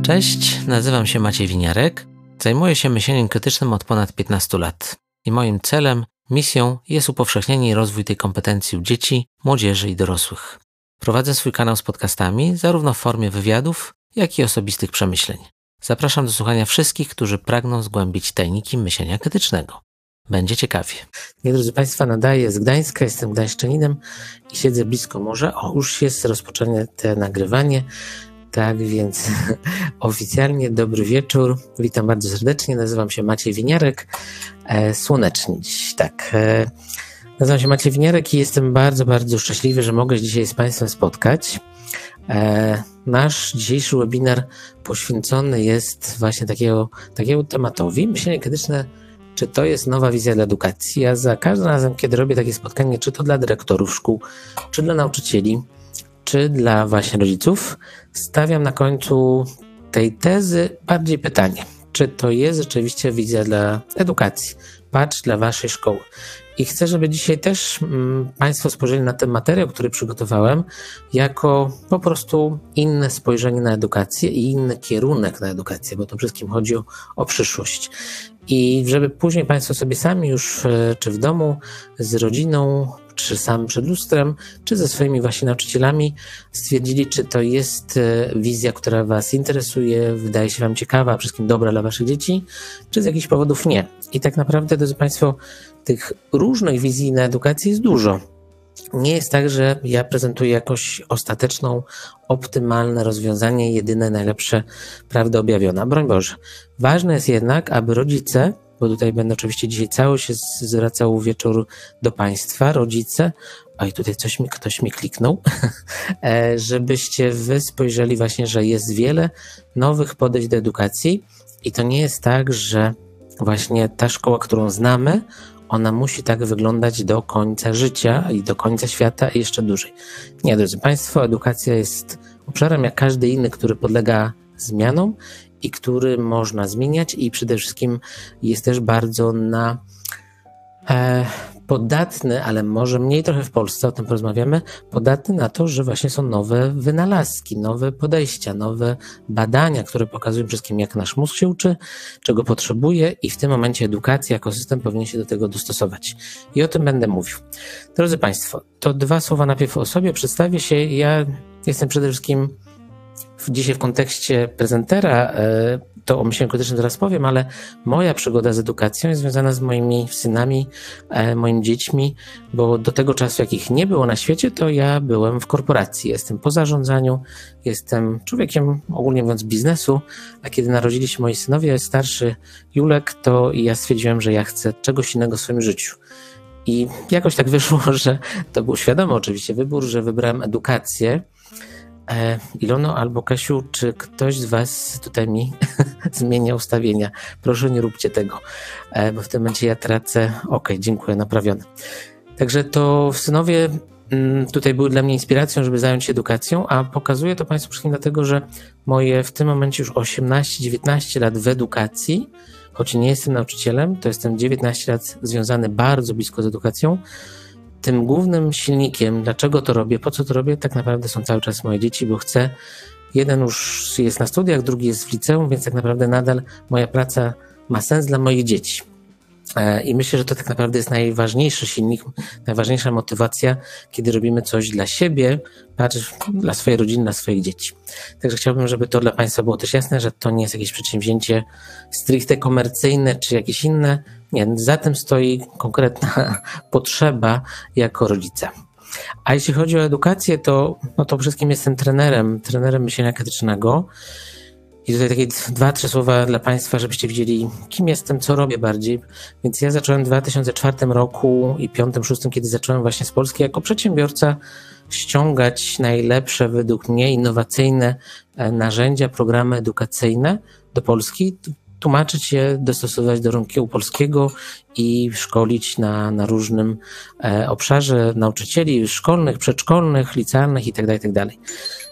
Cześć, nazywam się Maciej Winiarek, zajmuję się myśleniem krytycznym od ponad 15 lat i moim celem, misją jest upowszechnienie i rozwój tej kompetencji u dzieci, młodzieży i dorosłych. Prowadzę swój kanał z podcastami zarówno w formie wywiadów, jak i osobistych przemyśleń. Zapraszam do słuchania wszystkich, którzy pragną zgłębić tajniki myślenia krytycznego. Będzie ciekawie. Drodzy Państwo, nadaję z Gdańska, jestem gdańszczaninem i siedzę blisko morza. Już jest rozpoczęte nagrywanie, tak więc oficjalnie dobry wieczór. Witam bardzo serdecznie, nazywam się Maciej Winiarek, słonecznie dziś, tak. Nazywam się Maciej Winiarek i jestem bardzo, bardzo szczęśliwy, że mogę dzisiaj z Państwem spotkać. Nasz dzisiejszy webinar poświęcony jest właśnie takiego tematowi. Myślenie krytyczne, czy to jest nowa wizja dla edukacji? Ja za każdym razem, kiedy robię takie spotkanie, czy to dla dyrektorów szkół, czy dla nauczycieli, czy dla właśnie rodziców, stawiam na końcu tej tezy bardziej pytanie. Czy to jest rzeczywiście wizja dla edukacji? Patrz dla Waszej szkoły. I chcę, żeby dzisiaj też Państwo spojrzeli na ten materiał, który przygotowałem, jako po prostu inne spojrzenie na edukację i inny kierunek na edukację, bo to wszystkim chodzi o przyszłość. I żeby później Państwo sobie sami już, czy w domu, z rodziną, czy sam przed lustrem, czy ze swoimi właśnie nauczycielami stwierdzili, czy to jest wizja, która Was interesuje, wydaje się Wam ciekawa, a wszystkim dobra dla Waszych dzieci, czy z jakichś powodów nie. I tak naprawdę, drodzy Państwo, tych różnych wizji na edukację jest dużo. Nie jest tak, że ja prezentuję jakoś ostateczną, optymalne rozwiązanie, jedyne, najlepsze, prawda objawiona. Broń Boże. Ważne jest jednak, aby rodzice, bo tutaj będę oczywiście dzisiaj cały się zwracał wieczór do Państwa, rodzice, oj tutaj ktoś mi kliknął, żebyście Wy spojrzeli właśnie, że jest wiele nowych podejść do edukacji i to nie jest tak, że właśnie ta szkoła, którą znamy, ona musi tak wyglądać do końca życia i do końca świata i jeszcze dłużej. Nie, drodzy Państwo, edukacja jest obszarem jak każdy inny, który podlega zmianom i który można zmieniać i przede wszystkim jest też bardzo podatny, ale może mniej trochę w Polsce, o tym porozmawiamy, podatny na to, że właśnie są nowe wynalazki, nowe podejścia, nowe badania, które pokazują wszystkim, jak nasz mózg się uczy, czego potrzebuje i w tym momencie edukacja jako system powinien się do tego dostosować. I o tym będę mówił. Drodzy Państwo, to dwa słowa najpierw o sobie. Przedstawię się. Ja jestem przede wszystkim dzisiaj w kontekście prezentera, to o myśleniu krytycznym zaraz powiem, ale moja przygoda z edukacją jest związana z moimi synami, moimi dziećmi, bo do tego czasu, jak ich nie było na świecie, to ja byłem w korporacji. Jestem po zarządzaniu, jestem człowiekiem, ogólnie mówiąc, biznesu, a kiedy narodzili się moi synowie, starszy Julek, to ja stwierdziłem, że ja chcę czegoś innego w swoim życiu. I jakoś tak wyszło, że to był świadomy oczywiście wybór, że wybrałem edukację. Ilono albo Kasiu, czy ktoś z Was tutaj mi zmienia ustawienia? Proszę, nie róbcie tego, bo w tym momencie ja tracę. Okej, dziękuję, naprawione. Także to synowie tutaj były dla mnie inspiracją, żeby zająć się edukacją, a pokazuję to Państwu wszystkim dlatego, że moje w tym momencie już 18-19 lat w edukacji, choć nie jestem nauczycielem, to jestem 19 lat związany bardzo blisko z edukacją. Tym głównym silnikiem, dlaczego to robię, po co to robię, tak naprawdę są cały czas moje dzieci, bo chcę, jeden już jest na studiach, drugi jest w liceum, więc tak naprawdę nadal moja praca ma sens dla moich dzieci. I myślę, że to tak naprawdę jest najważniejszy silnik, najważniejsza motywacja, kiedy robimy coś dla siebie, dla swojej rodziny, dla swoich dzieci. Także chciałbym, żeby to dla Państwa było też jasne, że to nie jest jakieś przedsięwzięcie stricte komercyjne czy jakieś inne. Nie, za tym stoi konkretna potrzeba jako rodzica. A jeśli chodzi o edukację, to przede wszystkim jestem trenerem myślenia krytycznego. I tutaj takie 2-3 słowa dla Państwa, żebyście wiedzieli, kim jestem, co robię bardziej. Więc ja zacząłem w 2004 roku i 2005-2006, kiedy zacząłem właśnie z Polski jako przedsiębiorca ściągać najlepsze według mnie innowacyjne narzędzia, programy edukacyjne do Polski, tłumaczyć je, dostosować do rynku polskiego i szkolić na różnym obszarze nauczycieli szkolnych, przedszkolnych, licealnych itd.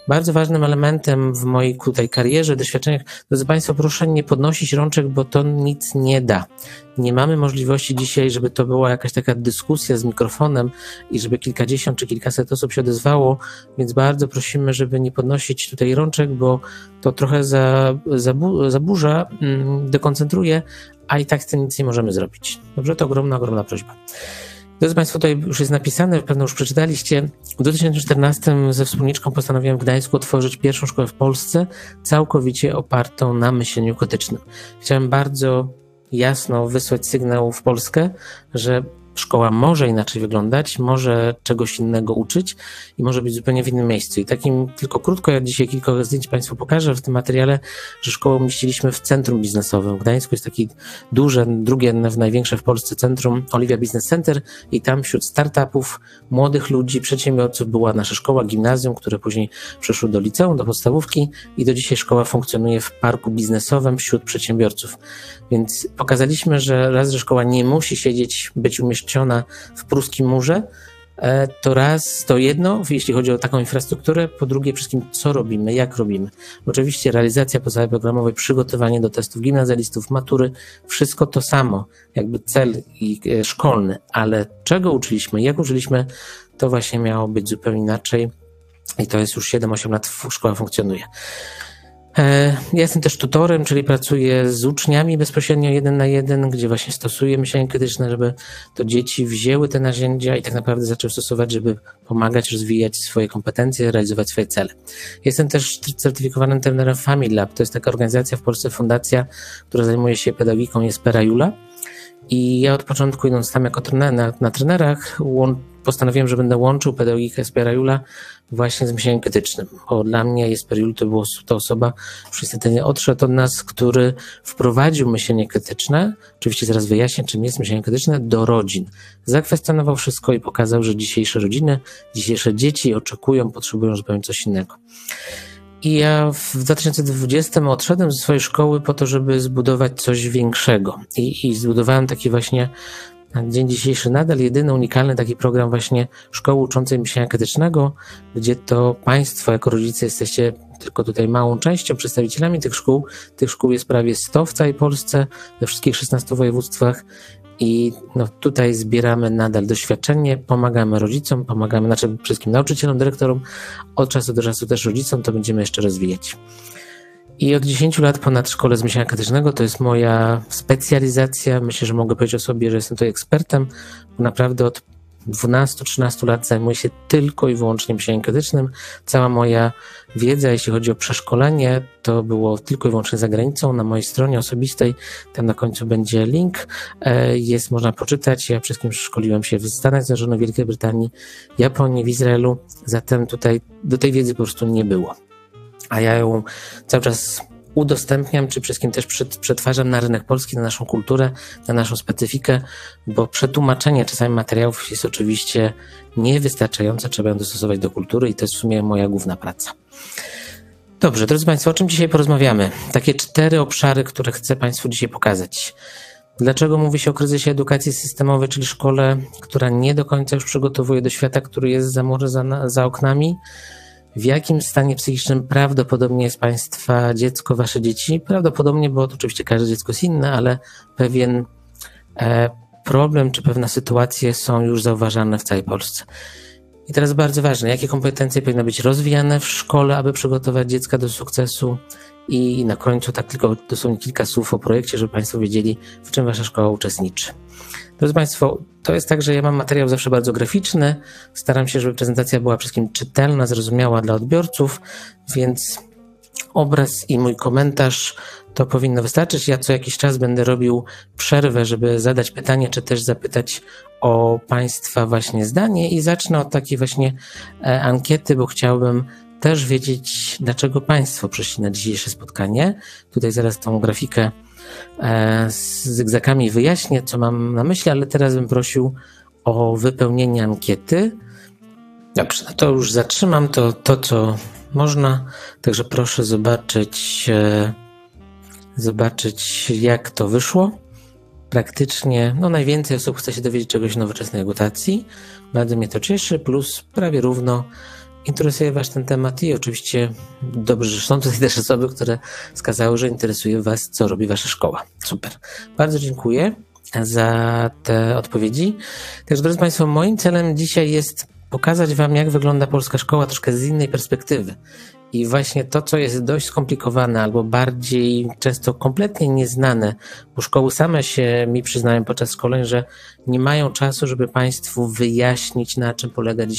Bardzo ważnym elementem w mojej tutaj karierze, doświadczeniach, drodzy Państwo, proszę nie podnosić rączek, bo to nic nie da. Nie mamy możliwości dzisiaj, żeby to była jakaś taka dyskusja z mikrofonem i żeby kilkadziesiąt czy kilkaset osób się odezwało, więc bardzo prosimy, żeby nie podnosić tutaj rączek, bo to trochę zaburza, dekoncentruje, a i tak z tym nic nie możemy zrobić. Dobrze? To ogromna prośba. Drodzy Państwo, tutaj już jest napisane, pewno już przeczytaliście. W 2014 ze wspólniczką postanowiłem w Gdańsku otworzyć pierwszą szkołę w Polsce, całkowicie opartą na myśleniu krytycznym. Chciałem bardzo jasno wysłać sygnał w Polskę, że szkoła może inaczej wyglądać, może czegoś innego uczyć i może być zupełnie w innym miejscu. I takim tylko krótko, ja dzisiaj kilka zdjęć Państwu pokażę w tym materiale, że szkołę umieściliśmy w centrum biznesowym. W Gdańsku jest taki duże, drugie największe w Polsce centrum, Oliwia Business Center, i tam wśród startupów, młodych ludzi, przedsiębiorców była nasza szkoła, gimnazjum, które później przeszło do liceum, do podstawówki i do dzisiaj szkoła funkcjonuje w parku biznesowym wśród przedsiębiorców. Więc pokazaliśmy, że raz, że szkoła nie musi być umieszczona w pruskim murze, to raz, to jedno, jeśli chodzi o taką infrastrukturę, po drugie wszystkim, co robimy, jak robimy. Oczywiście realizacja podstawy programowej, przygotowanie do testów gimnazjalistów, matury, wszystko to samo, jakby cel szkolny, ale czego uczyliśmy, jak uczyliśmy, to właśnie miało być zupełnie inaczej i to jest już 7-8 lat szkoła funkcjonuje. Ja jestem też tutorem, czyli pracuję z uczniami bezpośrednio 1 na 1, gdzie właśnie stosuję myślenie krytyczne, żeby to dzieci wzięły te narzędzia i tak naprawdę zaczęły stosować, żeby pomagać rozwijać swoje kompetencje, realizować swoje cele. Jestem też certyfikowanym trenerem Family Lab. To jest taka organizacja w Polsce, fundacja, która zajmuje się pedagogiką, jest Perajula. I ja od początku, idąc tam jako trener, na trenerach, postanowiłem, że będę łączył pedagogikę z Perajula właśnie z myśleniem krytycznym, bo dla mnie Jesper to była ta osoba, już niestety odszedł od nas, który wprowadził myślenie krytyczne, oczywiście zaraz wyjaśnię, czym jest myślenie krytyczne, do rodzin. Zakwestionował wszystko i pokazał, że dzisiejsze rodziny, dzisiejsze dzieci oczekują, potrzebują zupełnie coś innego. I ja w 2020 odszedłem ze swojej szkoły po to, żeby zbudować coś większego. I zbudowałem taki właśnie na dzień dzisiejszy nadal jedyny, unikalny taki program właśnie szkoły uczącej myślenia krytycznego, gdzie to Państwo jako rodzice jesteście tylko tutaj małą częścią, przedstawicielami tych szkół. Tych szkół jest prawie 100 w całej Polsce, we wszystkich 16 województwach. I tutaj zbieramy nadal doświadczenie, pomagamy rodzicom, pomagamy wszystkim nauczycielom, dyrektorom, od czasu do czasu też rodzicom, to będziemy jeszcze rozwijać. I od 10 lat ponad szkole z myślenia krytycznego to jest moja specjalizacja. Myślę, że mogę powiedzieć o sobie, że jestem tutaj ekspertem, bo naprawdę od 12-13 lat zajmuję się tylko i wyłącznie myśleniem krytycznym. Cała moja wiedza, jeśli chodzi o przeszkolenie, to było tylko i wyłącznie za granicą. Na mojej stronie osobistej, tam na końcu będzie link, można poczytać. Ja wszystkim szkoliłem się w Stanach Zjednoczonych, Wielkiej Brytanii, Japonii, w Izraelu, zatem tutaj do tej wiedzy po prostu nie było. A ja ją cały czas udostępniam, czy wszystkim też przetwarzam na rynek polski, na naszą kulturę, na naszą specyfikę, bo przetłumaczenie czasami materiałów jest oczywiście niewystarczające, trzeba ją dostosować do kultury i to jest w sumie moja główna praca. Dobrze, drodzy Państwo, o czym dzisiaj porozmawiamy? Takie 4 obszary, które chcę Państwu dzisiaj pokazać. Dlaczego mówi się o kryzysie edukacji systemowej, czyli szkole, która nie do końca już przygotowuje do świata, który jest za oknami? W jakim stanie psychicznym prawdopodobnie jest Państwa dziecko, Wasze dzieci? Prawdopodobnie, bo oczywiście każde dziecko jest inne, ale pewien problem czy pewne sytuacje są już zauważane w całej Polsce. I teraz bardzo ważne, jakie kompetencje powinny być rozwijane w szkole, aby przygotować dziecka do sukcesu? I na końcu tak tylko dosłownie kilka słów o projekcie, żeby Państwo wiedzieli, w czym Wasza szkoła uczestniczy. Drodzy Państwo, to jest tak, że ja mam materiał zawsze bardzo graficzny, staram się, żeby prezentacja była przede wszystkim czytelna, zrozumiała dla odbiorców, więc obraz i mój komentarz to powinno wystarczyć. Ja co jakiś czas będę robił przerwę, żeby zadać pytanie, czy też zapytać o Państwa właśnie zdanie i zacznę od takiej właśnie ankiety, bo chciałbym też wiedzieć, dlaczego Państwo przyszli na dzisiejsze spotkanie. Tutaj zaraz tą grafikę z zygzakami wyjaśnię, co mam na myśli, ale teraz bym prosił o wypełnienie ankiety. Dobrze, no to już zatrzymam to co można, także proszę zobaczyć jak to wyszło. Praktycznie, najwięcej osób chce się dowiedzieć czegoś o nowoczesnej edukacji. Bardzo mnie to cieszy, plus prawie równo interesuje Was ten temat i oczywiście dobrze, że są tutaj też osoby, które wskazały, że interesuje Was, co robi Wasza szkoła. Super. Bardzo dziękuję za te odpowiedzi. Także, drodzy Państwo, moim celem dzisiaj jest pokazać Wam, jak wygląda polska szkoła troszkę z innej perspektywy. I właśnie to, co jest dość skomplikowane albo bardziej często kompletnie nieznane, bo szkoły same się mi przyznają podczas szkoleń, że nie mają czasu, żeby Państwu wyjaśnić, na czym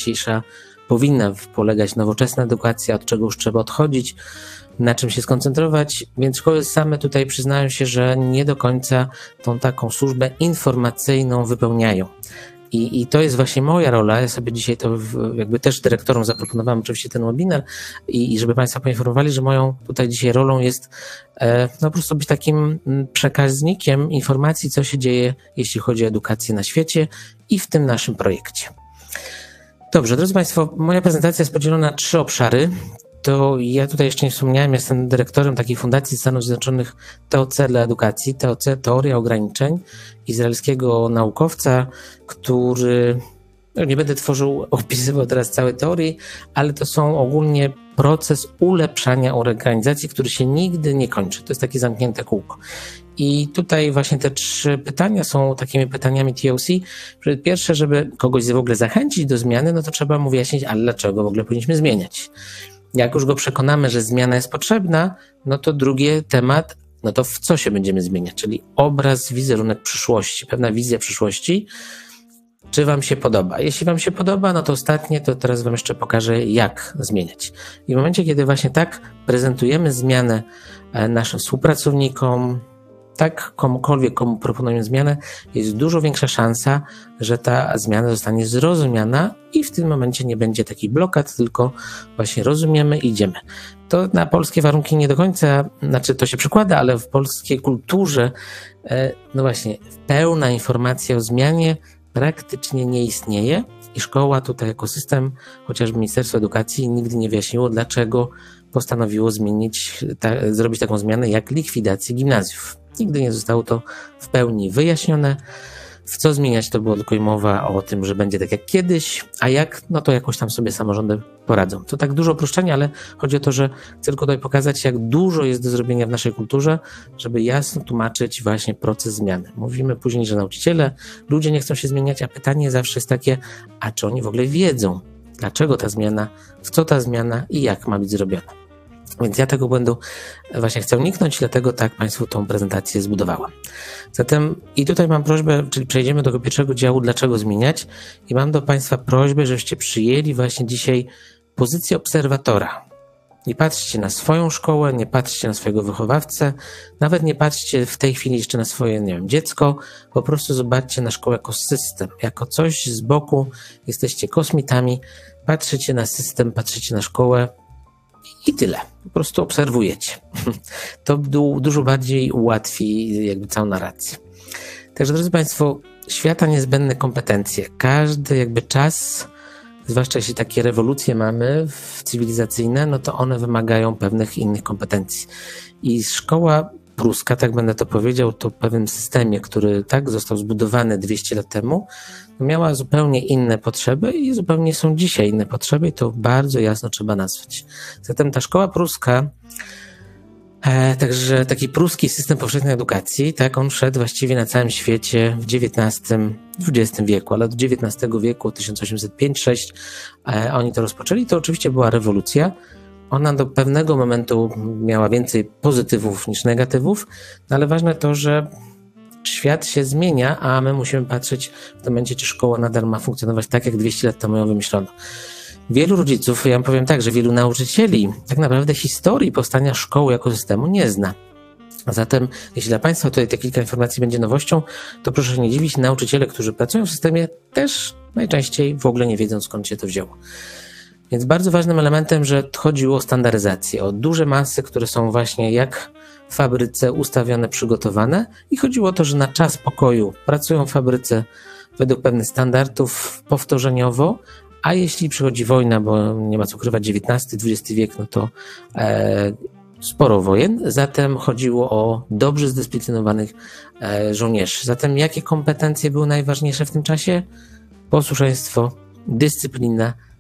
powinna polegać nowoczesna edukacja, od czego już trzeba odchodzić, na czym się skoncentrować, więc szkoły same tutaj przyznają się, że nie do końca tą taką służbę informacyjną wypełniają. I to jest właśnie moja rola. Ja sobie dzisiaj to jakby też dyrektorom zaproponowałem oczywiście ten webinar i żeby Państwo poinformowali, że moją tutaj dzisiaj rolą jest po prostu być takim przekaźnikiem informacji, co się dzieje, jeśli chodzi o edukację na świecie i w tym naszym projekcie. Dobrze, drodzy Państwo, moja prezentacja jest podzielona na 3 obszary. To ja tutaj jeszcze nie wspomniałem, jestem dyrektorem takiej Fundacji Stanów Zjednoczonych TOC dla edukacji, TOC, Teoria Ograniczeń, izraelskiego naukowca, który, nie będę opisywał teraz całej teorii, ale to są ogólnie proces ulepszania organizacji, który się nigdy nie kończy. To jest takie zamknięte kółko. I tutaj właśnie te 3 pytania są takimi pytaniami TOC. Pierwsze, żeby kogoś w ogóle zachęcić do zmiany, no to trzeba mu wyjaśnić, ale dlaczego w ogóle powinniśmy zmieniać. Jak już go przekonamy, że zmiana jest potrzebna, no to drugi temat, no to w co się będziemy zmieniać, czyli obraz, wizerunek przyszłości, pewna wizja przyszłości. Czy Wam się podoba? Jeśli Wam się podoba, no to ostatnie, to teraz Wam jeszcze pokażę, jak zmieniać. I w momencie, kiedy właśnie tak prezentujemy zmianę naszym współpracownikom, tak komukolwiek, komu proponujemy zmianę, jest dużo większa szansa, że ta zmiana zostanie zrozumiana i w tym momencie nie będzie takich blokad, tylko właśnie rozumiemy i idziemy. To na polskie warunki nie do końca, znaczy to się przekłada, ale w polskiej kulturze, no właśnie, pełna informacja o zmianie praktycznie nie istnieje i szkoła tutaj jako system, chociażby Ministerstwo Edukacji nigdy nie wyjaśniło, dlaczego postanowiło zrobić taką zmianę jak likwidację gimnazjów. Nigdy nie zostało to w pełni wyjaśnione. W co zmieniać, to było tylko i mowa o tym, że będzie tak jak kiedyś, a jak, no to jakoś tam sobie samorządy poradzą. To tak dużo uproszczenia, ale chodzi o to, że chcę tylko tutaj pokazać, jak dużo jest do zrobienia w naszej kulturze, żeby jasno tłumaczyć właśnie proces zmiany. Mówimy później, że nauczyciele, ludzie nie chcą się zmieniać, a pytanie zawsze jest takie, a czy oni w ogóle wiedzą, dlaczego ta zmiana, w co ta zmiana i jak ma być zrobiona. Więc ja tego błędu właśnie chcę uniknąć, dlatego tak Państwu tą prezentację zbudowałam. Zatem i tutaj mam prośbę, czyli przejdziemy do pierwszego działu, dlaczego zmieniać, i mam do Państwa prośbę, żebyście przyjęli właśnie dzisiaj pozycję obserwatora. Nie patrzcie na swoją szkołę, nie patrzcie na swojego wychowawcę, nawet nie patrzcie w tej chwili jeszcze na swoje, nie wiem, dziecko, po prostu zobaczcie na szkołę jako system, jako coś z boku, jesteście kosmitami, patrzycie na system, patrzycie na szkołę, i tyle. Po prostu obserwujecie. To dużo bardziej ułatwi jakby całą narrację. Także, drodzy Państwo, świata niezbędne kompetencje. Każdy jakby czas, zwłaszcza jeśli takie rewolucje mamy cywilizacyjne, no to one wymagają pewnych innych kompetencji. I szkoła pruska, tak będę to powiedział, to w pewnym systemie, który tak został zbudowany 200 lat temu, miała zupełnie inne potrzeby i zupełnie są dzisiaj inne potrzeby i to bardzo jasno trzeba nazwać. Zatem ta szkoła pruska, także taki pruski system powszechnej edukacji, tak, on szedł właściwie na całym świecie w XIX wieku, ale od XIX wieku, 1805-6, oni to rozpoczęli, to oczywiście była rewolucja. Ona do pewnego momentu miała więcej pozytywów niż negatywów, no ale ważne to, że świat się zmienia, a my musimy patrzeć w tym momencie, czy szkoła nadal ma funkcjonować tak, jak 200 lat temu ją wymyślono. Wielu rodziców, ja powiem tak, że wielu nauczycieli tak naprawdę historii powstania szkoły jako systemu nie zna. A zatem, jeśli dla Państwa tutaj te kilka informacji będzie nowością, to proszę nie dziwić, nauczyciele, którzy pracują w systemie, też najczęściej w ogóle nie wiedzą, skąd się to wzięło. Więc bardzo ważnym elementem, że chodziło o standaryzację, o duże masy, które są właśnie jak w fabryce ustawione, przygotowane i chodziło o to, że na czas pokoju pracują w fabryce według pewnych standardów powtorzeniowo, a jeśli przychodzi wojna, bo nie ma co ukrywać, XIX-XX wiek, no to sporo wojen, zatem chodziło o dobrze zdyscyplinowanych żołnierzy. Zatem jakie kompetencje były najważniejsze w tym czasie? Posłuszeństwo, dyscyplina,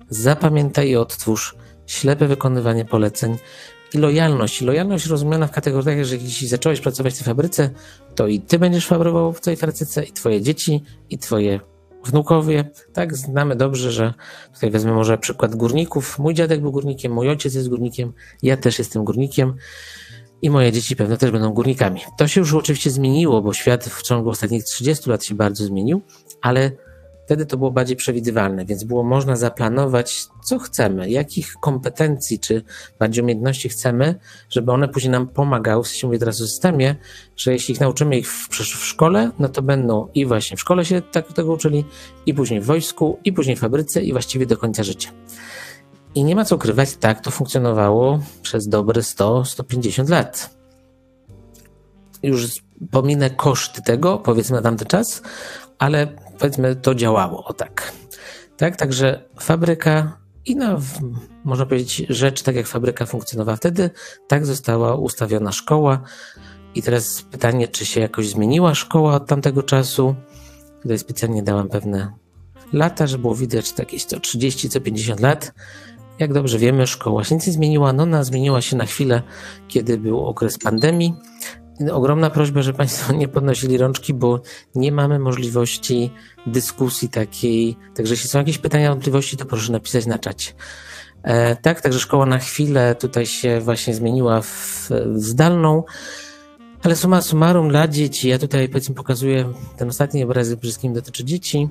zapamiętaj i odtwórz, ślepe wykonywanie poleceń i lojalność. Lojalność rozumiana w kategoriach, że jeśli zacząłeś pracować w tej fabryce, to i ty będziesz fabrykował w tej fabryce, i twoje dzieci, i twoje wnukowie. Tak, znamy dobrze, że tutaj wezmę może przykład górników. Mój dziadek był górnikiem, mój ojciec jest górnikiem, ja też jestem górnikiem i moje dzieci pewno też będą górnikami. To się już oczywiście zmieniło, bo świat w ciągu ostatnich 30 lat się bardzo zmienił, ale wtedy to było bardziej przewidywalne, więc było można zaplanować, co chcemy, jakich kompetencji czy bardziej umiejętności chcemy, żeby one później nam pomagały, w sensie mówię teraz o systemie, że jeśli ich nauczymy ich w szkole, no to będą i właśnie w szkole się tego uczyli, i później w wojsku, i później w fabryce, i właściwie do końca życia. I nie ma co ukrywać, tak to funkcjonowało przez dobre 100-150 lat. Już pominę koszty tego, powiedzmy na tamten czas, ale powiedzmy to działało, o tak. Także fabryka i można powiedzieć rzecz, tak jak fabryka funkcjonowała wtedy, tak została ustawiona szkoła. I teraz pytanie, czy się jakoś zmieniła szkoła od tamtego czasu? Tutaj specjalnie dałem pewne lata, żeby było widać jakieś co 30, co 50 lat. Jak dobrze wiemy, szkoła się nic nie zmieniła. Ona zmieniła się na chwilę, kiedy był okres pandemii. Ogromna prośba, że Państwo nie podnosili rączki, bo nie mamy możliwości dyskusji takiej. Także jeśli są jakieś pytania, wątpliwości, to proszę napisać na czacie. Także szkoła na chwilę tutaj się właśnie zmieniła w zdalną, ale summa summarum dla dzieci, ja tutaj powiedzmy pokazuję ten ostatni obrazek, przede wszystkim dotyczy dzieci,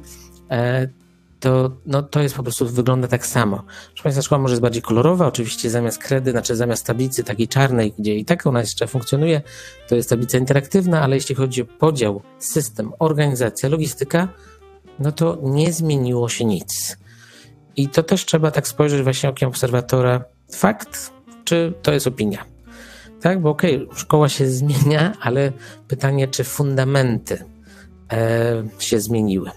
to jest po prostu, wygląda tak samo. Proszę Państwa, szkoła może jest bardziej kolorowa, oczywiście zamiast kredy, zamiast tablicy takiej czarnej, gdzie i tak ona jeszcze funkcjonuje, to jest tablica interaktywna, ale jeśli chodzi o podział, system, organizacja, logistyka, no to nie zmieniło się nic. I to też trzeba tak spojrzeć właśnie okiem obserwatora, fakt, czy to jest opinia. Tak, bo szkoła się zmienia, ale pytanie, czy fundamenty się zmieniły.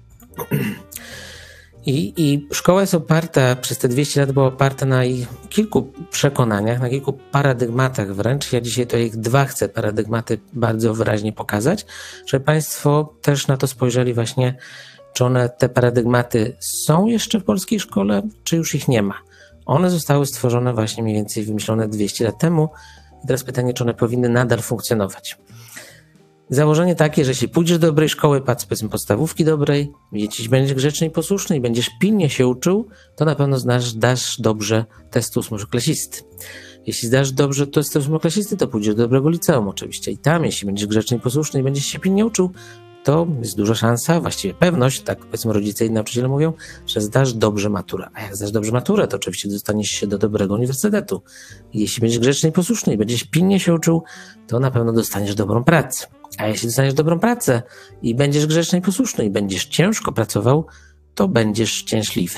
I szkoła jest oparta, przez te 200 lat była oparta na kilku przekonaniach, na kilku paradygmatach wręcz. Ja dzisiaj tutaj 2 chcę paradygmaty bardzo wyraźnie pokazać, żeby Państwo też na to spojrzeli właśnie, czy te paradygmaty są jeszcze w polskiej szkole, czy już ich nie ma. One zostały stworzone właśnie mniej więcej wymyślone 200 lat temu. I teraz pytanie, czy one powinny nadal funkcjonować. Założenie takie, że jeśli pójdziesz do dobrej szkoły, powiedzmy podstawówki dobrej, jeśli będziesz grzeczny i posłuszny i będziesz pilnie się uczył, to na pewno dasz dobrze test ósmoklasisty. Jeśli zdasz dobrze test ósmoklasisty, to pójdziesz do dobrego liceum oczywiście. I tam, jeśli będziesz grzeczny i posłuszny i będziesz się pilnie uczył, to jest duża szansa, właściwie pewność, tak powiedzmy rodzice i nauczyciele mówią, że zdasz dobrze maturę. A jak zdasz dobrze maturę, to oczywiście dostaniesz się do dobrego uniwersytetu. I jeśli będziesz grzeczny i posłuszny i będziesz pilnie się uczył, to na pewno dostaniesz dobrą pracę. A jeśli dostaniesz dobrą pracę i będziesz grzeczny i posłuszny i będziesz ciężko pracował, to będziesz szczęśliwy.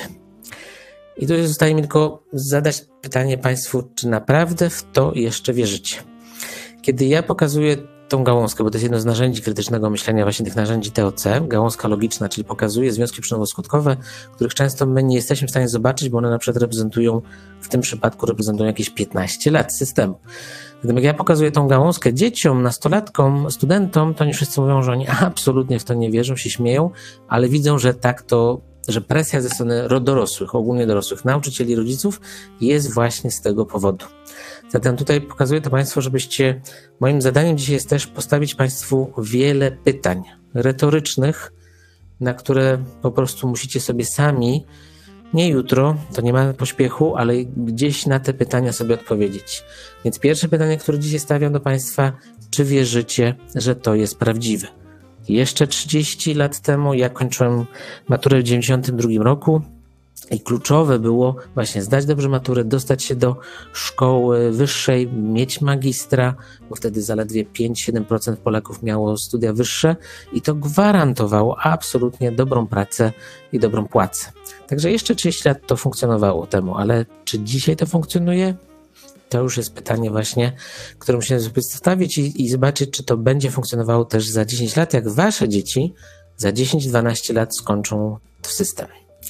I tu zostaje mi tylko zadać pytanie Państwu, czy naprawdę w to jeszcze wierzycie? Kiedy ja pokazuję tą gałązkę, bo to jest jedno z narzędzi krytycznego myślenia, właśnie tych narzędzi TOC, gałązka logiczna, czyli pokazuje związki przyczynowo-skutkowe, których często my nie jesteśmy w stanie zobaczyć, bo one na przykład w tym przypadku reprezentują jakieś 15 lat systemu. Gdy ja pokazuję tą gałązkę dzieciom, nastolatkom, studentom, to oni wszyscy mówią, że oni absolutnie w to nie wierzą, się śmieją, ale widzą, że że presja ze strony dorosłych, ogólnie dorosłych, nauczycieli, rodziców jest właśnie z tego powodu. Zatem tutaj pokazuję to Państwu, żebyście, moim zadaniem dzisiaj jest też postawić Państwu wiele pytań retorycznych, na które po prostu musicie sobie sami, nie jutro, to nie ma pośpiechu, ale gdzieś na te pytania sobie odpowiedzieć. Więc pierwsze pytanie, które dzisiaj stawiam do Państwa, czy wierzycie, że to jest prawdziwe? Jeszcze 30 lat temu ja kończyłem maturę w 92 roku i kluczowe było właśnie zdać dobrze maturę, dostać się do szkoły wyższej, mieć magistra, bo wtedy zaledwie 5-7% Polaków miało studia wyższe i to gwarantowało absolutnie dobrą pracę i dobrą płacę. Także jeszcze 30 lat to funkcjonowało temu, ale czy dzisiaj to funkcjonuje? To już jest pytanie właśnie, które musimy sobie stawić i zobaczyć, czy to będzie funkcjonowało też za 10 lat, jak wasze dzieci za 10-12 lat skończą w system.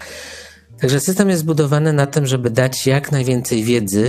Także system jest zbudowany na tym, żeby dać jak najwięcej wiedzy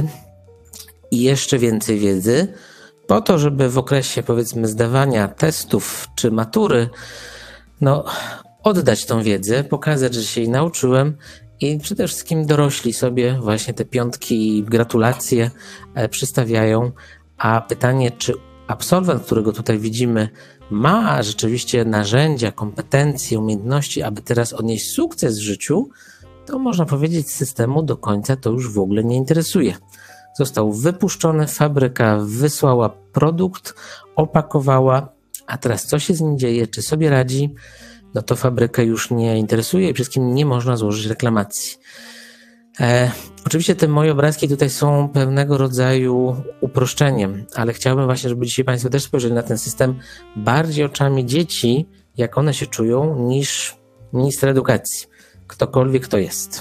i jeszcze więcej wiedzy, po to, żeby w okresie powiedzmy zdawania testów czy matury, oddać tą wiedzę, pokazać, że się jej nauczyłem I przede wszystkim dorośli sobie właśnie te piątki i gratulacje przystawiają, a pytanie, czy absolwent, którego tutaj widzimy, ma rzeczywiście narzędzia, kompetencje, umiejętności, aby teraz odnieść sukces w życiu, to można powiedzieć, systemu do końca to już w ogóle nie interesuje. Został wypuszczony, fabryka wysłała produkt, opakowała, a teraz co się z nim dzieje, czy sobie radzi, no to fabrykę już nie interesuje i przede wszystkim nie można złożyć reklamacji. Oczywiście te moje obrazki tutaj są pewnego rodzaju uproszczeniem, ale chciałbym właśnie, żeby dzisiaj Państwo też spojrzeli na ten system bardziej oczami dzieci, jak one się czują, niż minister edukacji, ktokolwiek to jest.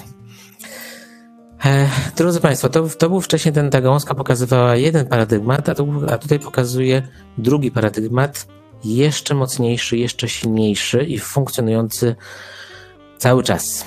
Drodzy Państwo, to był wcześniej ta gałązka pokazywała jeden paradygmat, a tutaj pokazuje drugi paradygmat, jeszcze mocniejszy, jeszcze silniejszy i funkcjonujący cały czas.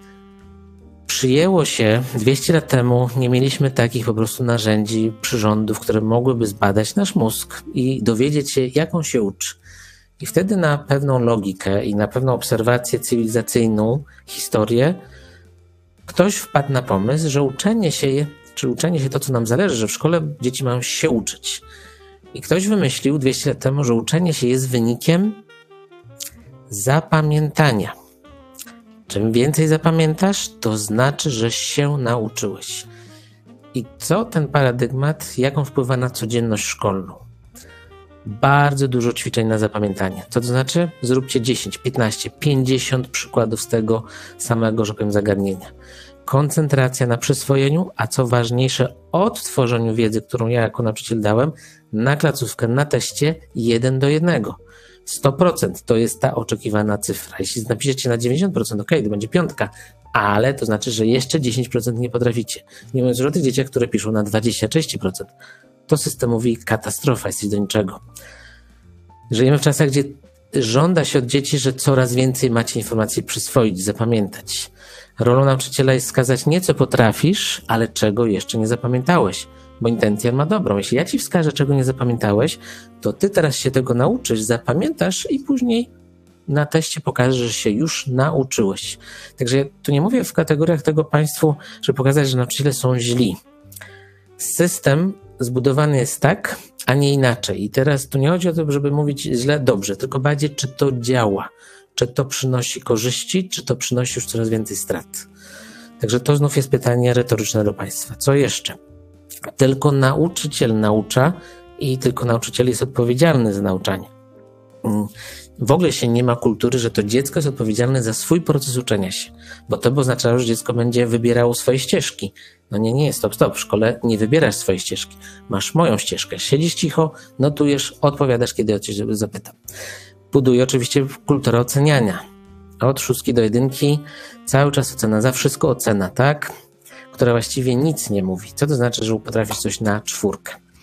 Przyjęło się 200 lat temu, nie mieliśmy takich po prostu narzędzi, przyrządów, które mogłyby zbadać nasz mózg i dowiedzieć się, jak on się uczy. I wtedy na pewną logikę i na pewną obserwację cywilizacyjną, historię, ktoś wpadł na pomysł, że uczenie się to, co nam zależy, że w szkole dzieci mają się uczyć. I ktoś wymyślił 200 lat temu, że uczenie się jest wynikiem zapamiętania. Czym więcej zapamiętasz, to znaczy, że się nauczyłeś. I co ten paradygmat, jak on wpływa na codzienność szkolną? Bardzo dużo ćwiczeń na zapamiętanie. Co to znaczy? Zróbcie 10, 15, 50 przykładów z tego samego, że powiem, zagadnienia. Koncentracja na przyswojeniu, a co ważniejsze, odtworzeniu wiedzy, którą ja jako nauczyciel dałem, na placówkę, na teście 1:1. 100% to jest ta oczekiwana cyfra. Jeśli napiszecie na 90%, ok, to będzie 5, ale to znaczy, że jeszcze 10% nie potraficie. Nie mówiąc już o tych dzieciach, które piszą na 20-30%. To systemowi katastrofa, jesteś do niczego. Żyjemy w czasach, gdzie żąda się od dzieci, że coraz więcej macie informacji przyswoić, zapamiętać. Rolą nauczyciela jest wskazać nie co potrafisz, ale czego jeszcze nie zapamiętałeś. Bo intencja ma dobrą. Jeśli ja ci wskażę, czego nie zapamiętałeś, to ty teraz się tego nauczysz, zapamiętasz i później na teście pokażesz, że się już nauczyłeś. Także tu nie mówię w kategoriach tego Państwu, żeby pokazać, że nauczyciele są źli. System zbudowany jest tak, a nie inaczej. I teraz tu nie chodzi o to, żeby mówić źle, dobrze, tylko bardziej, czy to działa, czy to przynosi korzyści, czy to przynosi już coraz więcej strat. Także to znów jest pytanie retoryczne do Państwa. Co jeszcze? Tylko nauczyciel naucza i tylko nauczyciel jest odpowiedzialny za nauczanie. W ogóle się nie ma kultury, że to dziecko jest odpowiedzialne za swój proces uczenia się, bo to by oznaczało, że dziecko będzie wybierało swoje ścieżki. No nie, stop. W szkole nie wybierasz swojej ścieżki. Masz moją ścieżkę. Siedzisz cicho, notujesz, odpowiadasz, kiedy o ciebie zapytam. Buduje oczywiście kulturę oceniania. Od 6 do 1 cały czas ocena, za wszystko ocena, tak? Która właściwie nic nie mówi. Co to znaczy, że potrafisz coś na 4?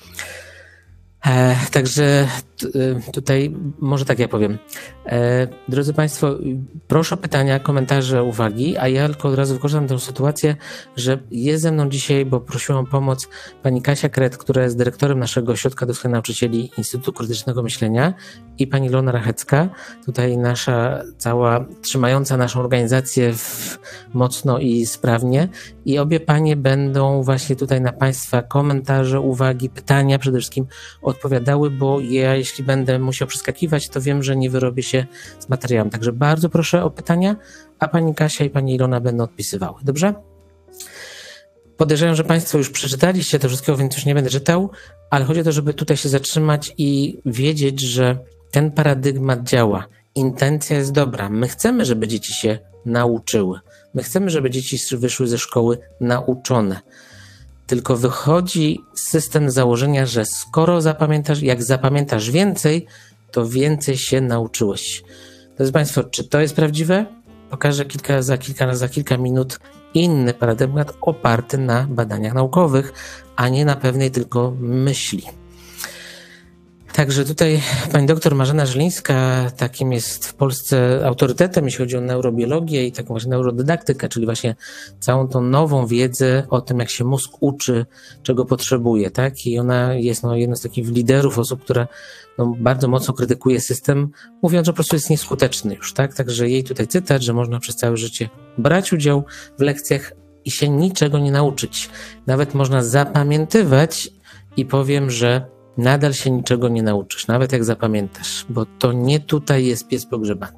Także tutaj może tak ja powiem. Drodzy Państwo, proszę o pytania, komentarze, uwagi, a ja tylko od razu wykorzystam tę sytuację, że jest ze mną dzisiaj, bo prosiłam o pomoc pani Kasia Kret, która jest dyrektorem naszego Ośrodka do Szkolenia Nauczycieli Instytutu Krytycznego Myślenia, i pani Ilona Rachecka, tutaj nasza cała, trzymająca naszą organizację mocno i sprawnie, i obie panie będą właśnie tutaj na Państwa komentarze, uwagi, pytania przede wszystkim odpowiadały, bo ja jeśli będę musiał przeskakiwać, to wiem, że nie wyrobię się z materiałem. Także bardzo proszę o pytania, a pani Kasia i pani Ilona będą odpisywały. Dobrze? Podejrzewam, że Państwo już przeczytaliście to wszystkiego, więc już nie będę czytał, ale chodzi o to, żeby tutaj się zatrzymać i wiedzieć, że ten paradygmat działa. Intencja jest dobra. My chcemy, żeby dzieci się nauczyły. My chcemy, żeby dzieci wyszły ze szkoły nauczone. Tylko wychodzi system z założenia, że skoro zapamiętasz, jak zapamiętasz więcej, to więcej się nauczyłeś. Drodzy Państwo, czy to jest prawdziwe? Pokażę za kilka minut inny paradygmat oparty na badaniach naukowych, a nie na pewnej tylko myśli. Także tutaj pani doktor Marzena Żylińska takim jest w Polsce autorytetem, jeśli chodzi o neurobiologię i taką właśnie neurodydaktykę, czyli właśnie całą tą nową wiedzę o tym, jak się mózg uczy, czego potrzebuje, tak? I ona jest jedną z takich liderów osób, która bardzo mocno krytykuje system, mówiąc, że po prostu jest nieskuteczny już, tak? Także jej tutaj cytat, że można przez całe życie brać udział w lekcjach i się niczego nie nauczyć. Nawet można zapamiętywać i powiem, że nadal się niczego nie nauczysz, nawet jak zapamiętasz, bo to nie tutaj jest pies pogrzebany.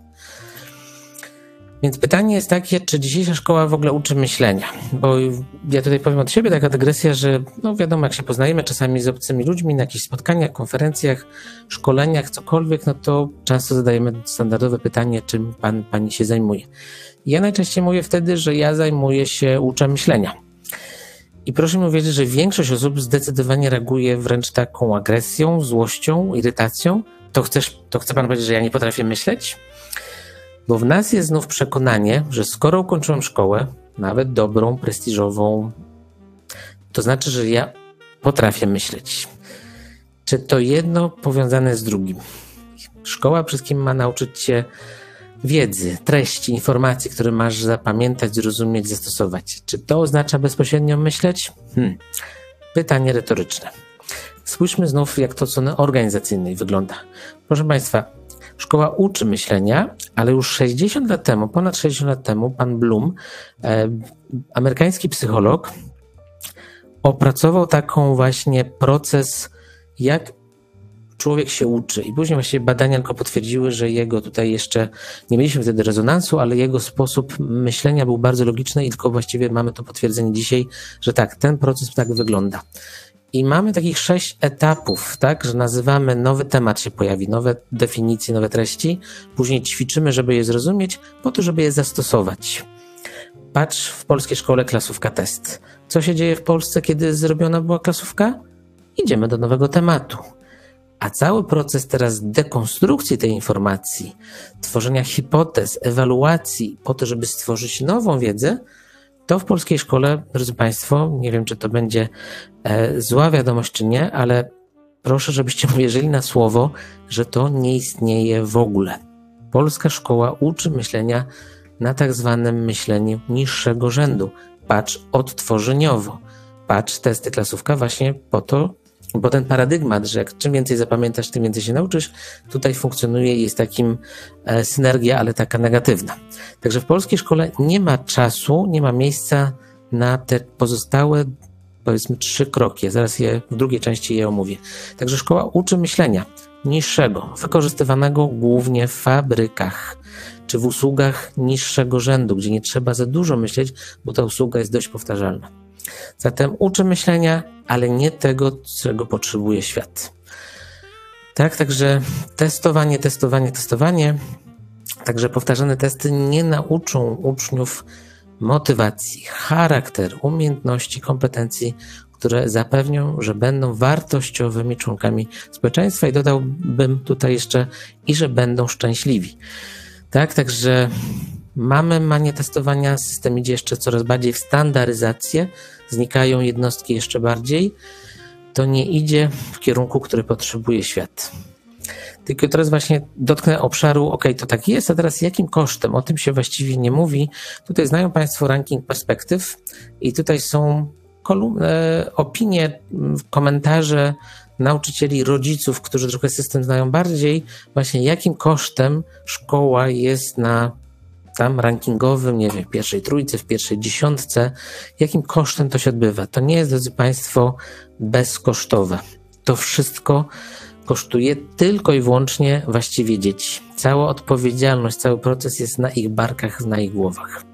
Więc pytanie jest takie, czy dzisiejsza szkoła w ogóle uczy myślenia? Bo ja tutaj powiem od siebie taka dygresja, że wiadomo, jak się poznajemy czasami z obcymi ludźmi na jakichś spotkaniach, konferencjach, szkoleniach, cokolwiek, to często zadajemy standardowe pytanie, czym pani się zajmuje. Ja najczęściej mówię wtedy, że ja uczę myślenia. I proszę mi uwierzyć, że większość osób zdecydowanie reaguje wręcz taką agresją, złością, irytacją. To chce pan powiedzieć, że ja nie potrafię myśleć? Bo w nas jest znów przekonanie, że skoro ukończyłem szkołę, nawet dobrą, prestiżową, to znaczy, że ja potrafię myśleć. Czy to jedno powiązane z drugim? Szkoła wszystkim ma nauczyć cię wiedzy, treści, informacji, które masz zapamiętać, zrozumieć, zastosować. Czy to oznacza bezpośrednio myśleć? Pytanie retoryczne. Spójrzmy znów, jak to od strony organizacyjnej wygląda. Proszę Państwa, szkoła uczy myślenia, ale już 60 lat temu, ponad 60 lat temu, pan Bloom, amerykański psycholog, opracował taką właśnie proces, jak człowiek się uczy. I później właściwie badania tylko potwierdziły, że jego tutaj jeszcze, nie mieliśmy wtedy rezonansu, ale jego sposób myślenia był bardzo logiczny i tylko właściwie mamy to potwierdzenie dzisiaj, że tak, ten proces tak wygląda. I mamy takich 6 etapów, tak, że nazywamy, nowy temat się pojawi, nowe definicje, nowe treści, później ćwiczymy, żeby je zrozumieć, po to, żeby je zastosować. Patrz w polskiej szkole klasówka test. Co się dzieje w Polsce, kiedy zrobiona była klasówka? Idziemy do nowego tematu. A cały proces teraz dekonstrukcji tej informacji, tworzenia hipotez, ewaluacji po to, żeby stworzyć nową wiedzę, to w polskiej szkole, drodzy Państwo, nie wiem, czy to będzie zła wiadomość, czy nie, ale proszę, żebyście uwierzyli na słowo, że to nie istnieje w ogóle. Polska szkoła uczy myślenia na tak zwanym myśleniu niższego rzędu. Patrz odtworzeniowo. Patrz testy klasówka właśnie po to, bo ten paradygmat, że jak czym więcej zapamiętasz, tym więcej się nauczysz, tutaj funkcjonuje i jest takim synergia, ale taka negatywna. Także w polskiej szkole nie ma czasu, nie ma miejsca na te pozostałe, powiedzmy, 3 kroki. Zaraz w drugiej części je omówię. Także szkoła uczy myślenia niższego, wykorzystywanego głównie w fabrykach czy w usługach niższego rzędu, gdzie nie trzeba za dużo myśleć, bo ta usługa jest dość powtarzalna. Zatem uczy myślenia, ale nie tego, czego potrzebuje świat. Tak, także testowanie. Także powtarzane testy nie nauczą uczniów motywacji, charakteru, umiejętności, kompetencji, które zapewnią, że będą wartościowymi członkami społeczeństwa i dodałbym tutaj jeszcze, i że będą szczęśliwi. Tak, także mamy manię testowania, system idzie jeszcze coraz bardziej w standaryzację, znikają jednostki jeszcze bardziej. To nie idzie w kierunku, który potrzebuje świat. Tylko teraz właśnie dotknę obszaru, to tak jest, a teraz jakim kosztem? O tym się właściwie nie mówi. Tutaj znają Państwo ranking perspektyw i tutaj są opinie, komentarze nauczycieli, rodziców, którzy trochę system znają bardziej, właśnie jakim kosztem szkoła jest na tam rankingowym, nie wiem, w pierwszej trójce, w pierwszej 10, jakim kosztem to się odbywa. To nie jest, drodzy Państwo, bezkosztowe. To wszystko kosztuje tylko i wyłącznie właściwie dzieci. Cała odpowiedzialność, cały proces jest na ich barkach, na ich głowach.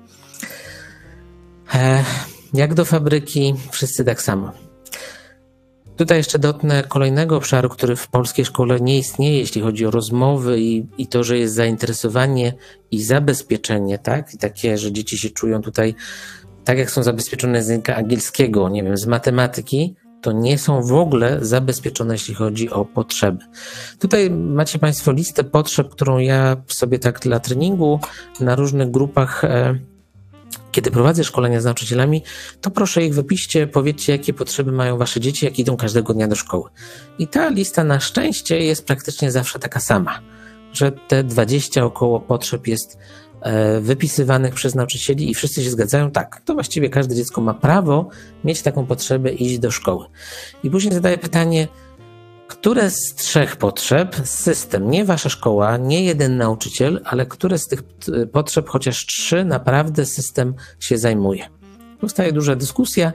Jak do fabryki, wszyscy tak samo. Tutaj jeszcze dotknę kolejnego obszaru, który w polskiej szkole nie istnieje, jeśli chodzi o rozmowy i to, że jest zainteresowanie i zabezpieczenie, tak? I takie, że dzieci się czują tutaj, tak jak są zabezpieczone z języka angielskiego, nie wiem, z matematyki, to nie są w ogóle zabezpieczone, jeśli chodzi o potrzeby. Tutaj macie Państwo listę potrzeb, którą ja sobie tak dla treningu na różnych grupach Kiedy prowadzę szkolenia z nauczycielami, to proszę ich wypiszcie, powiedzcie, jakie potrzeby mają wasze dzieci, jak idą każdego dnia do szkoły. I ta lista na szczęście jest praktycznie zawsze taka sama, że te 20 około potrzeb jest wypisywanych przez nauczycieli i wszyscy się zgadzają, tak, to właściwie każde dziecko ma prawo mieć taką potrzebę i iść do szkoły. I później zadaję pytanie, które z 3 potrzeb system, nie wasza szkoła, nie jeden nauczyciel, ale które z tych potrzeb, chociaż 3, naprawdę system się zajmuje. Powstaje duża dyskusja.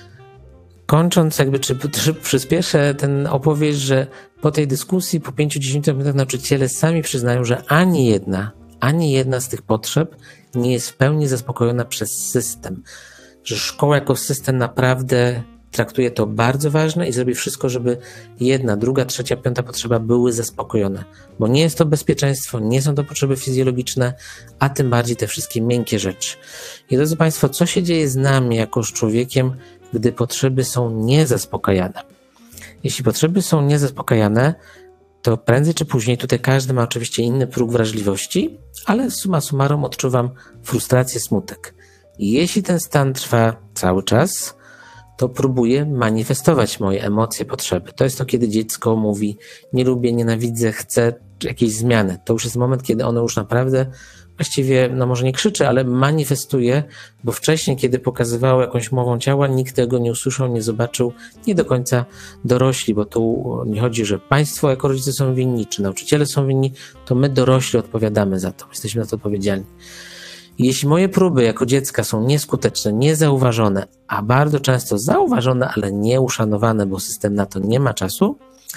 Kończąc, czy przyspieszę ten opowieść, że po tej dyskusji, po 5-10 minutach nauczyciele sami przyznają, że ani jedna z tych potrzeb nie jest w pełni zaspokojona przez system. Że szkoła jako system naprawdę traktuje to bardzo ważne i zrobi wszystko, żeby 1, 2, 3, 5 potrzeba były zaspokojone. Bo nie jest to bezpieczeństwo, nie są to potrzeby fizjologiczne, a tym bardziej te wszystkie miękkie rzeczy. I drodzy Państwo, co się dzieje z nami jako z człowiekiem, gdy potrzeby są niezaspokajane? Jeśli potrzeby są niezaspokajane, to prędzej czy później, tutaj każdy ma oczywiście inny próg wrażliwości, ale summa summarum odczuwam frustrację, smutek. I jeśli ten stan trwa cały czas, to próbuję manifestować moje emocje, potrzeby. To jest to, kiedy dziecko mówi, nie lubię, nienawidzę, chcę jakiejś zmiany. To już jest moment, kiedy ono już naprawdę właściwie, no może nie krzyczy, ale manifestuje, bo wcześniej, kiedy pokazywało jakąś mową ciała, nikt tego nie usłyszał, nie zobaczył, nie do końca dorośli, bo tu nie chodzi, że państwo jako rodzice są winni, czy nauczyciele są winni, to my dorośli odpowiadamy za to, jesteśmy za to odpowiedzialni. I jeśli moje próby jako dziecka są nieskuteczne, niezauważone, a bardzo często zauważone, ale nieuszanowane, bo system na to nie ma czasu,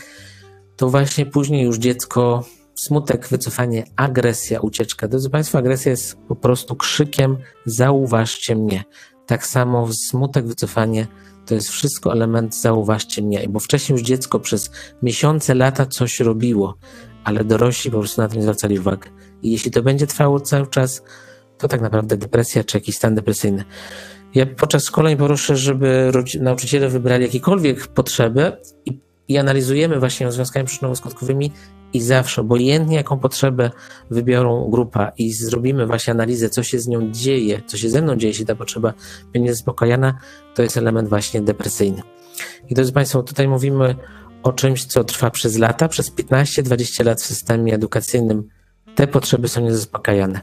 to właśnie później już dziecko, smutek, wycofanie, agresja, ucieczka. Drodzy Państwo, agresja jest po prostu krzykiem zauważcie mnie. Tak samo smutek, wycofanie to jest wszystko element zauważcie mnie, bo wcześniej już dziecko przez miesiące, lata coś robiło, ale dorośli po prostu na to nie zwracali uwagi. I jeśli to będzie trwało cały czas, to tak naprawdę depresja czy jakiś stan depresyjny. Ja podczas szkoleń proszę, żeby nauczyciele wybrali jakiekolwiek potrzeby i analizujemy właśnie ją związkami przyczynowo-skutkowymi i zawsze, obojętnie jaką potrzebę wybiorą grupa i zrobimy właśnie analizę, co się z nią dzieje, co się ze mną dzieje, jeśli ta potrzeba będzie zaspokajana, to jest element właśnie depresyjny. I drodzy Państwo, tutaj mówimy o czymś, co trwa przez lata, przez 15-20 lat w systemie edukacyjnym. Te potrzeby są niezaspokajane.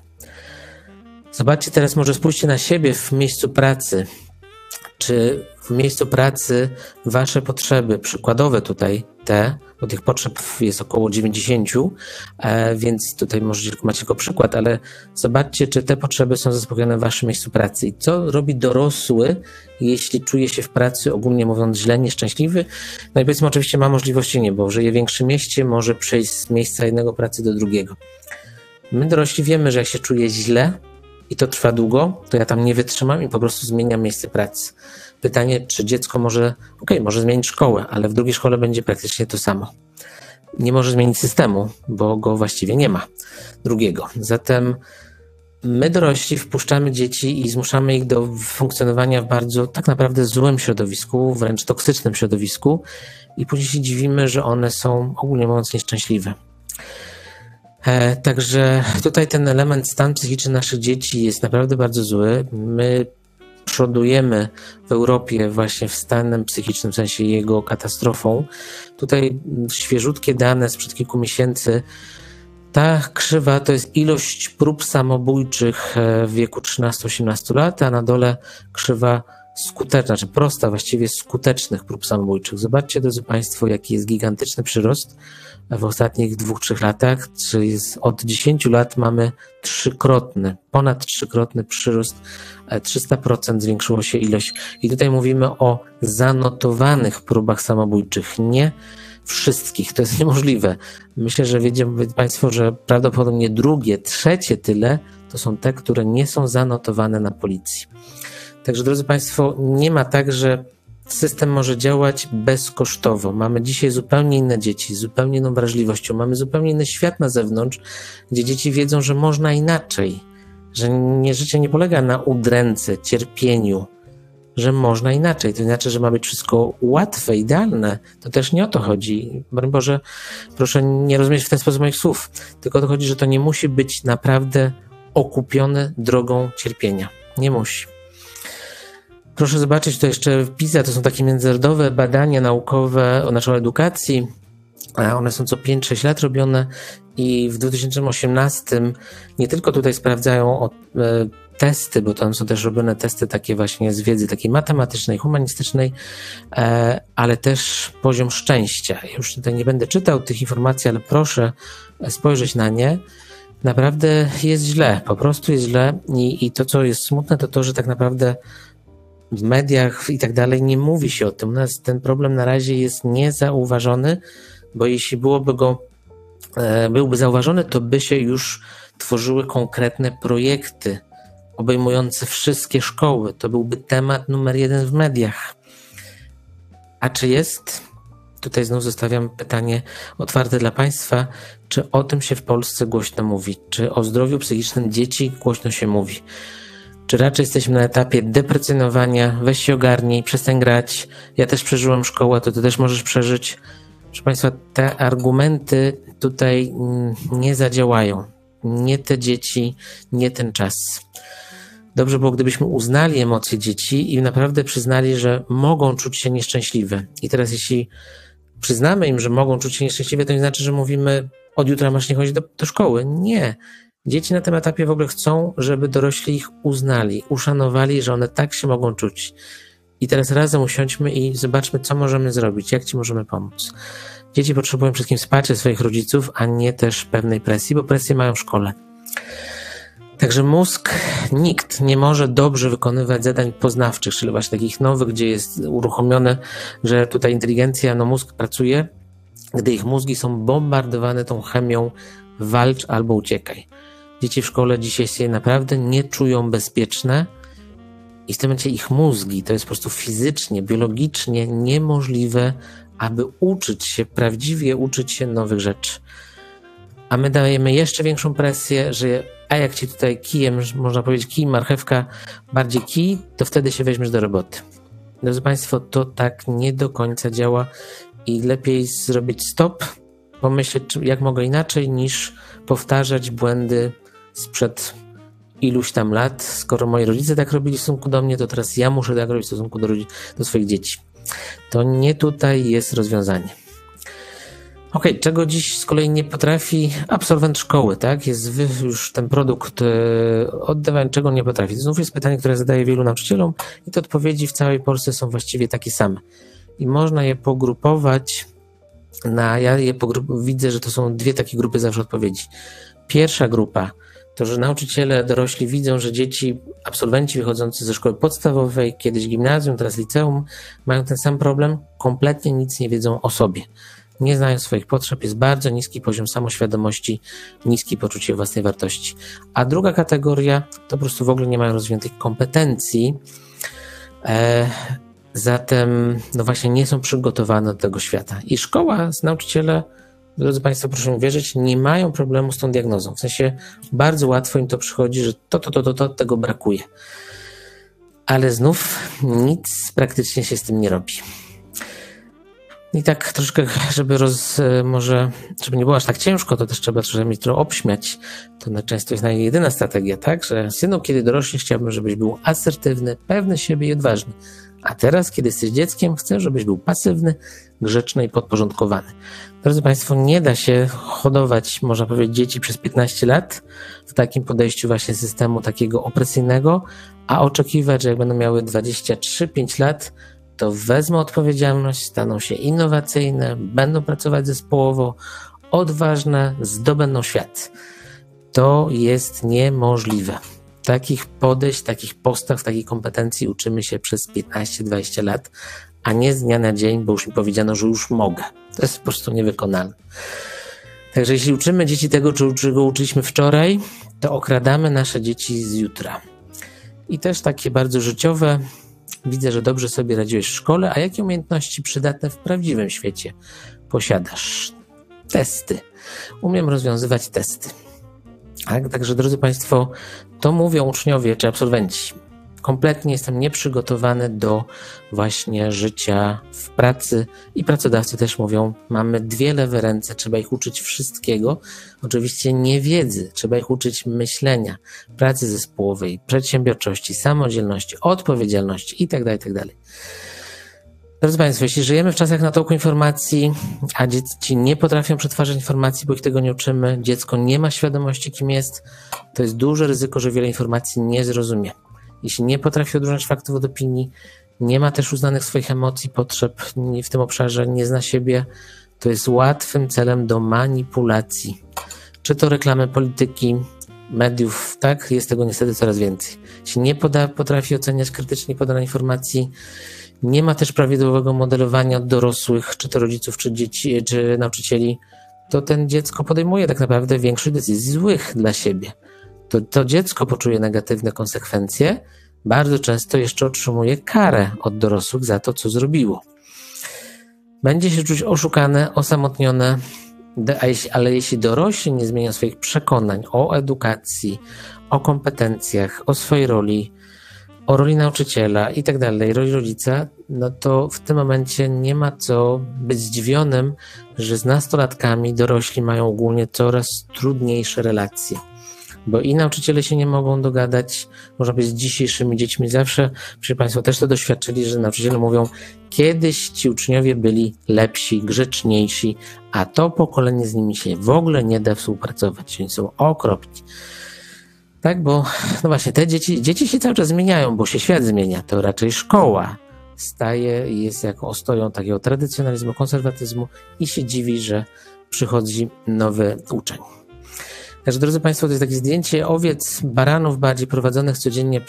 Zobaczcie teraz, może spójrzcie na siebie w miejscu pracy. Czy w miejscu pracy wasze potrzeby, przykładowe tutaj bo tych potrzeb jest około 90, więc tutaj macie tylko przykład, ale zobaczcie, czy te potrzeby są zaspokojone w waszym miejscu pracy. I co robi dorosły, jeśli czuje się w pracy, ogólnie mówiąc, źle, nieszczęśliwy? No i powiedzmy, oczywiście ma możliwości nie, bo żyje w większym mieście, może przejść z miejsca jednego pracy do drugiego. My dorośli wiemy, że jak się czuję źle, i to trwa długo, to ja tam nie wytrzymam i po prostu zmieniam miejsce pracy. Pytanie, czy dziecko może zmienić szkołę, ale w drugiej szkole będzie praktycznie to samo. Nie może zmienić systemu, bo go właściwie nie ma drugiego. Zatem my dorośli wpuszczamy dzieci i zmuszamy ich do funkcjonowania w bardzo tak naprawdę złym środowisku, wręcz toksycznym środowisku i później się dziwimy, że one są ogólnie mówiąc nieszczęśliwe. Także tutaj ten element, stan psychiczny naszych dzieci jest naprawdę bardzo zły. My przodujemy w Europie właśnie w stanem psychicznym, w sensie jego katastrofą. Tutaj świeżutkie dane sprzed kilku miesięcy. Ta krzywa to jest ilość prób samobójczych w wieku 13-18 lat, a na dole krzywa skuteczna, czy prosta właściwie skutecznych prób samobójczych. Zobaczcie, drodzy Państwo, jaki jest gigantyczny przyrost w ostatnich 2-3 latach, czyli od 10 lat mamy ponad trzykrotny przyrost, 300% zwiększyło się ilość. I tutaj mówimy o zanotowanych próbach samobójczych, nie wszystkich. To jest niemożliwe. Myślę, że wiecie Państwo, że prawdopodobnie drugie, trzecie tyle to są te, które nie są zanotowane na policji. Także, drodzy Państwo, nie ma tak, że system może działać bezkosztowo. Mamy dzisiaj zupełnie inne dzieci, z zupełnie inną wrażliwością. Mamy zupełnie inny świat na zewnątrz, gdzie dzieci wiedzą, że można inaczej, że życie nie polega na udręce, cierpieniu, że można inaczej. To znaczy, że ma być wszystko łatwe, idealne. To też nie o to chodzi. Broń Boże, proszę nie rozumieć w ten sposób moich słów. Tylko o to chodzi, że to nie musi być naprawdę okupione drogą cierpienia. Nie musi. Proszę zobaczyć, to jeszcze PISA, to są takie międzynarodowe badania naukowe o edukacji. One są co 5-6 lat robione i w 2018 nie tylko tutaj sprawdzają testy, bo tam są też robione testy takie właśnie z wiedzy takiej matematycznej, humanistycznej, ale też poziom szczęścia. Ja już tutaj nie będę czytał tych informacji, ale proszę spojrzeć na nie. Naprawdę jest źle, po prostu jest źle i to, co jest smutne, to to, że tak naprawdę w mediach i tak dalej nie mówi się o tym. U nas ten problem na razie jest niezauważony, bo jeśli byłby zauważony, to by się już tworzyły konkretne projekty obejmujące wszystkie szkoły. To byłby temat numer 1 w mediach. A czy jest? Tutaj znów zostawiam pytanie otwarte dla Państwa. Czy o tym się w Polsce głośno mówi? Czy o zdrowiu psychicznym dzieci głośno się mówi? Czy raczej jesteśmy na etapie deprecjonowania, weź się ogarnij, przestań grać, ja też przeżyłem szkołę, to ty też możesz przeżyć. Proszę Państwa, te argumenty tutaj nie zadziałają. Nie te dzieci, nie ten czas. Dobrze było, gdybyśmy uznali emocje dzieci i naprawdę przyznali, że mogą czuć się nieszczęśliwe. I teraz jeśli przyznamy im, że mogą czuć się nieszczęśliwe, to nie znaczy, że mówimy od jutra masz nie chodzić do szkoły. Nie. Dzieci na tym etapie w ogóle chcą, żeby dorośli ich uznali, uszanowali, że one tak się mogą czuć. I teraz razem usiądźmy i zobaczmy, co możemy zrobić, jak ci możemy pomóc. Dzieci potrzebują przede wszystkim wsparcia swoich rodziców, a nie też pewnej presji, bo presję mają w szkole. Także nikt nie może dobrze wykonywać zadań poznawczych, czyli właśnie takich nowych, gdzie jest uruchomione, że tutaj inteligencja, mózg pracuje, gdy ich mózgi są bombardowane tą chemią walcz albo uciekaj. Dzieci w szkole dzisiaj się naprawdę nie czują bezpieczne i w tym momencie ich mózgi, to jest po prostu fizycznie, biologicznie niemożliwe, aby prawdziwie uczyć się nowych rzeczy. A my dajemy jeszcze większą presję, że jak ci tutaj kijem, można powiedzieć kij, marchewka, bardziej kij, to wtedy się weźmiesz do roboty. Drodzy Państwo, to tak nie do końca działa i lepiej zrobić stop, pomyśleć, jak mogę inaczej, niż powtarzać błędy sprzed iluś tam lat. Skoro moi rodzice tak robili w stosunku do mnie, to teraz ja muszę tak robić w stosunku do swoich dzieci. To nie tutaj jest rozwiązanie. Czego dziś z kolei nie potrafi absolwent szkoły, tak? Jest już ten produkt oddawania, czego nie potrafi. To znów jest pytanie, które zadaję wielu nauczycielom i te odpowiedzi w całej Polsce są właściwie takie same. I można je pogrupować widzę, że to są dwie takie grupy zawsze odpowiedzi. Pierwsza grupa to, że nauczyciele dorośli widzą, że dzieci, absolwenci wychodzący ze szkoły podstawowej, kiedyś gimnazjum, teraz liceum, mają ten sam problem, kompletnie nic nie wiedzą o sobie. Nie znają swoich potrzeb, jest bardzo niski poziom samoświadomości, niskie poczucie własnej wartości. A druga kategoria to po prostu w ogóle nie mają rozwiniętych kompetencji, zatem właśnie nie są przygotowane do tego świata. I szkoła, nauczyciele, drodzy Państwo, proszę mi wierzyć, nie mają problemu z tą diagnozą. W sensie bardzo łatwo im to przychodzi, że tego brakuje. Ale znów nic praktycznie się z tym nie robi. I tak troszkę, żeby nie było aż tak ciężko, to też trzeba trochę obśmiać. To często jest jedyna strategia, tak? Że synu, kiedy dorośniesz, chciałbym, żebyś był asertywny, pewny siebie i odważny. A teraz, kiedy jesteś dzieckiem, chcę, żebyś był pasywny, grzeczny i podporządkowany. Drodzy Państwo, nie da się hodować, można powiedzieć, dzieci przez 15 lat w takim podejściu właśnie systemu takiego opresyjnego, a oczekiwać, że jak będą miały 23-5 lat, to wezmą odpowiedzialność, staną się innowacyjne, będą pracować zespołowo, odważne, zdobędą świat. To jest niemożliwe. Takich podejść, takich postaw, takich kompetencji uczymy się przez 15-20 lat, a nie z dnia na dzień, bo już mi powiedziano, że już mogę. To jest po prostu niewykonalne. Także jeśli uczymy dzieci tego, czego uczyliśmy wczoraj, to okradamy nasze dzieci z jutra. I też takie bardzo życiowe. Widzę, że dobrze sobie radziłeś w szkole, a jakie umiejętności przydatne w prawdziwym świecie posiadasz? Testy. Umiem rozwiązywać testy. Tak? Także, drodzy Państwo, to mówią uczniowie czy absolwenci. kompletnie jestem nieprzygotowany do właśnie życia w pracy i pracodawcy też mówią, mamy 2 lewe ręce, trzeba ich uczyć wszystkiego, oczywiście nie wiedzy, trzeba ich uczyć myślenia, pracy zespołowej, przedsiębiorczości, samodzielności, odpowiedzialności itd., itd. Drodzy Państwo, jeśli żyjemy w czasach natłoku informacji, a dzieci nie potrafią przetwarzać informacji, bo ich tego nie uczymy, dziecko nie ma świadomości, kim jest, to jest duże ryzyko, że wiele informacji nie zrozumie. Jeśli nie potrafi odróżniać faktów od opinii, nie ma też uznanych swoich emocji, potrzeb w tym obszarze, nie zna siebie, to jest łatwym celem do manipulacji. Czy to reklamy polityki, mediów, tak? Jest tego niestety coraz więcej. Jeśli nie potrafi oceniać krytycznie podanej informacji, nie ma też prawidłowego modelowania od dorosłych, czy to rodziców, czy dzieci, czy nauczycieli, to ten dziecko podejmuje tak naprawdę większość decyzji złych dla siebie. To dziecko poczuje negatywne konsekwencje, bardzo często jeszcze otrzymuje karę od dorosłych za to, co zrobiło. Będzie się czuć oszukane, osamotnione, ale jeśli dorośli nie zmienią swoich przekonań o edukacji, o kompetencjach, o swojej roli, o roli nauczyciela i tak dalej, roli rodzica, no to w tym momencie nie ma co być zdziwionym, że z nastolatkami dorośli mają ogólnie coraz trudniejsze relacje. Bo i nauczyciele się nie mogą dogadać, można powiedzieć, z dzisiejszymi dziećmi zawsze, proszę Państwa, też to doświadczyli, że nauczyciele mówią, kiedyś ci uczniowie byli lepsi, grzeczniejsi, a to pokolenie z nimi się w ogóle nie da współpracować, oni są okropni. Tak, bo no właśnie te dzieci się cały czas zmieniają, bo się świat zmienia, to raczej szkoła staje i jest jako ostoją takiego tradycjonalizmu, konserwatyzmu i się dziwi, że przychodzi nowy uczeń. Także drodzy Państwo, to jest takie zdjęcie owiec, baranów bardziej prowadzonych codziennie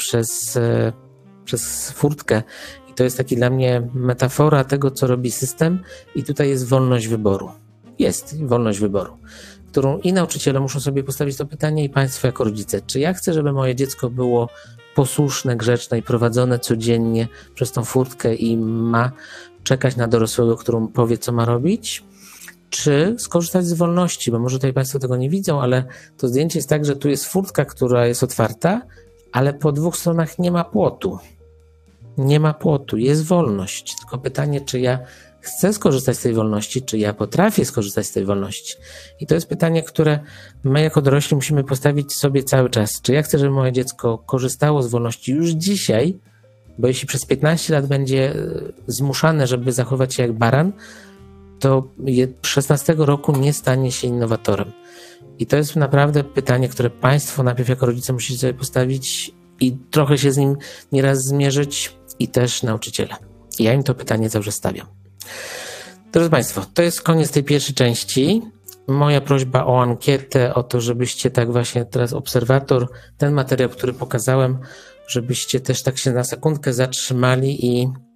przez furtkę i to jest taki dla mnie metafora tego, co robi system i tutaj jest wolność wyboru. Jest wolność wyboru, którą i nauczyciele muszą sobie postawić to pytanie i Państwo jako rodzice. Czy ja chcę, żeby moje dziecko było posłuszne, grzeczne i prowadzone codziennie przez tą furtkę i ma czekać na dorosłego, któremu powie, co ma robić? Czy skorzystać z wolności, bo może tutaj Państwo tego nie widzą, ale to zdjęcie jest tak, że tu jest furtka, która jest otwarta, ale po 2 stronach nie ma płotu. Nie ma płotu, jest wolność. Tylko pytanie, czy ja chcę skorzystać z tej wolności, czy ja potrafię skorzystać z tej wolności. I to jest pytanie, które my jako dorośli musimy postawić sobie cały czas. Czy ja chcę, żeby moje dziecko korzystało z wolności już dzisiaj, bo jeśli przez 15 lat będzie zmuszane, żeby zachować się jak baran, to 16 roku nie stanie się innowatorem. I to jest naprawdę pytanie, które Państwo najpierw jako rodzice musicie sobie postawić i trochę się z nim nieraz zmierzyć i też nauczyciele. I ja im to pytanie cały czas stawiam. Drodzy Państwo, to jest koniec tej pierwszej części. Moja prośba o ankietę, o to, żebyście tak właśnie teraz obserwator, ten materiał, który pokazałem, żebyście też tak się na sekundkę zatrzymali i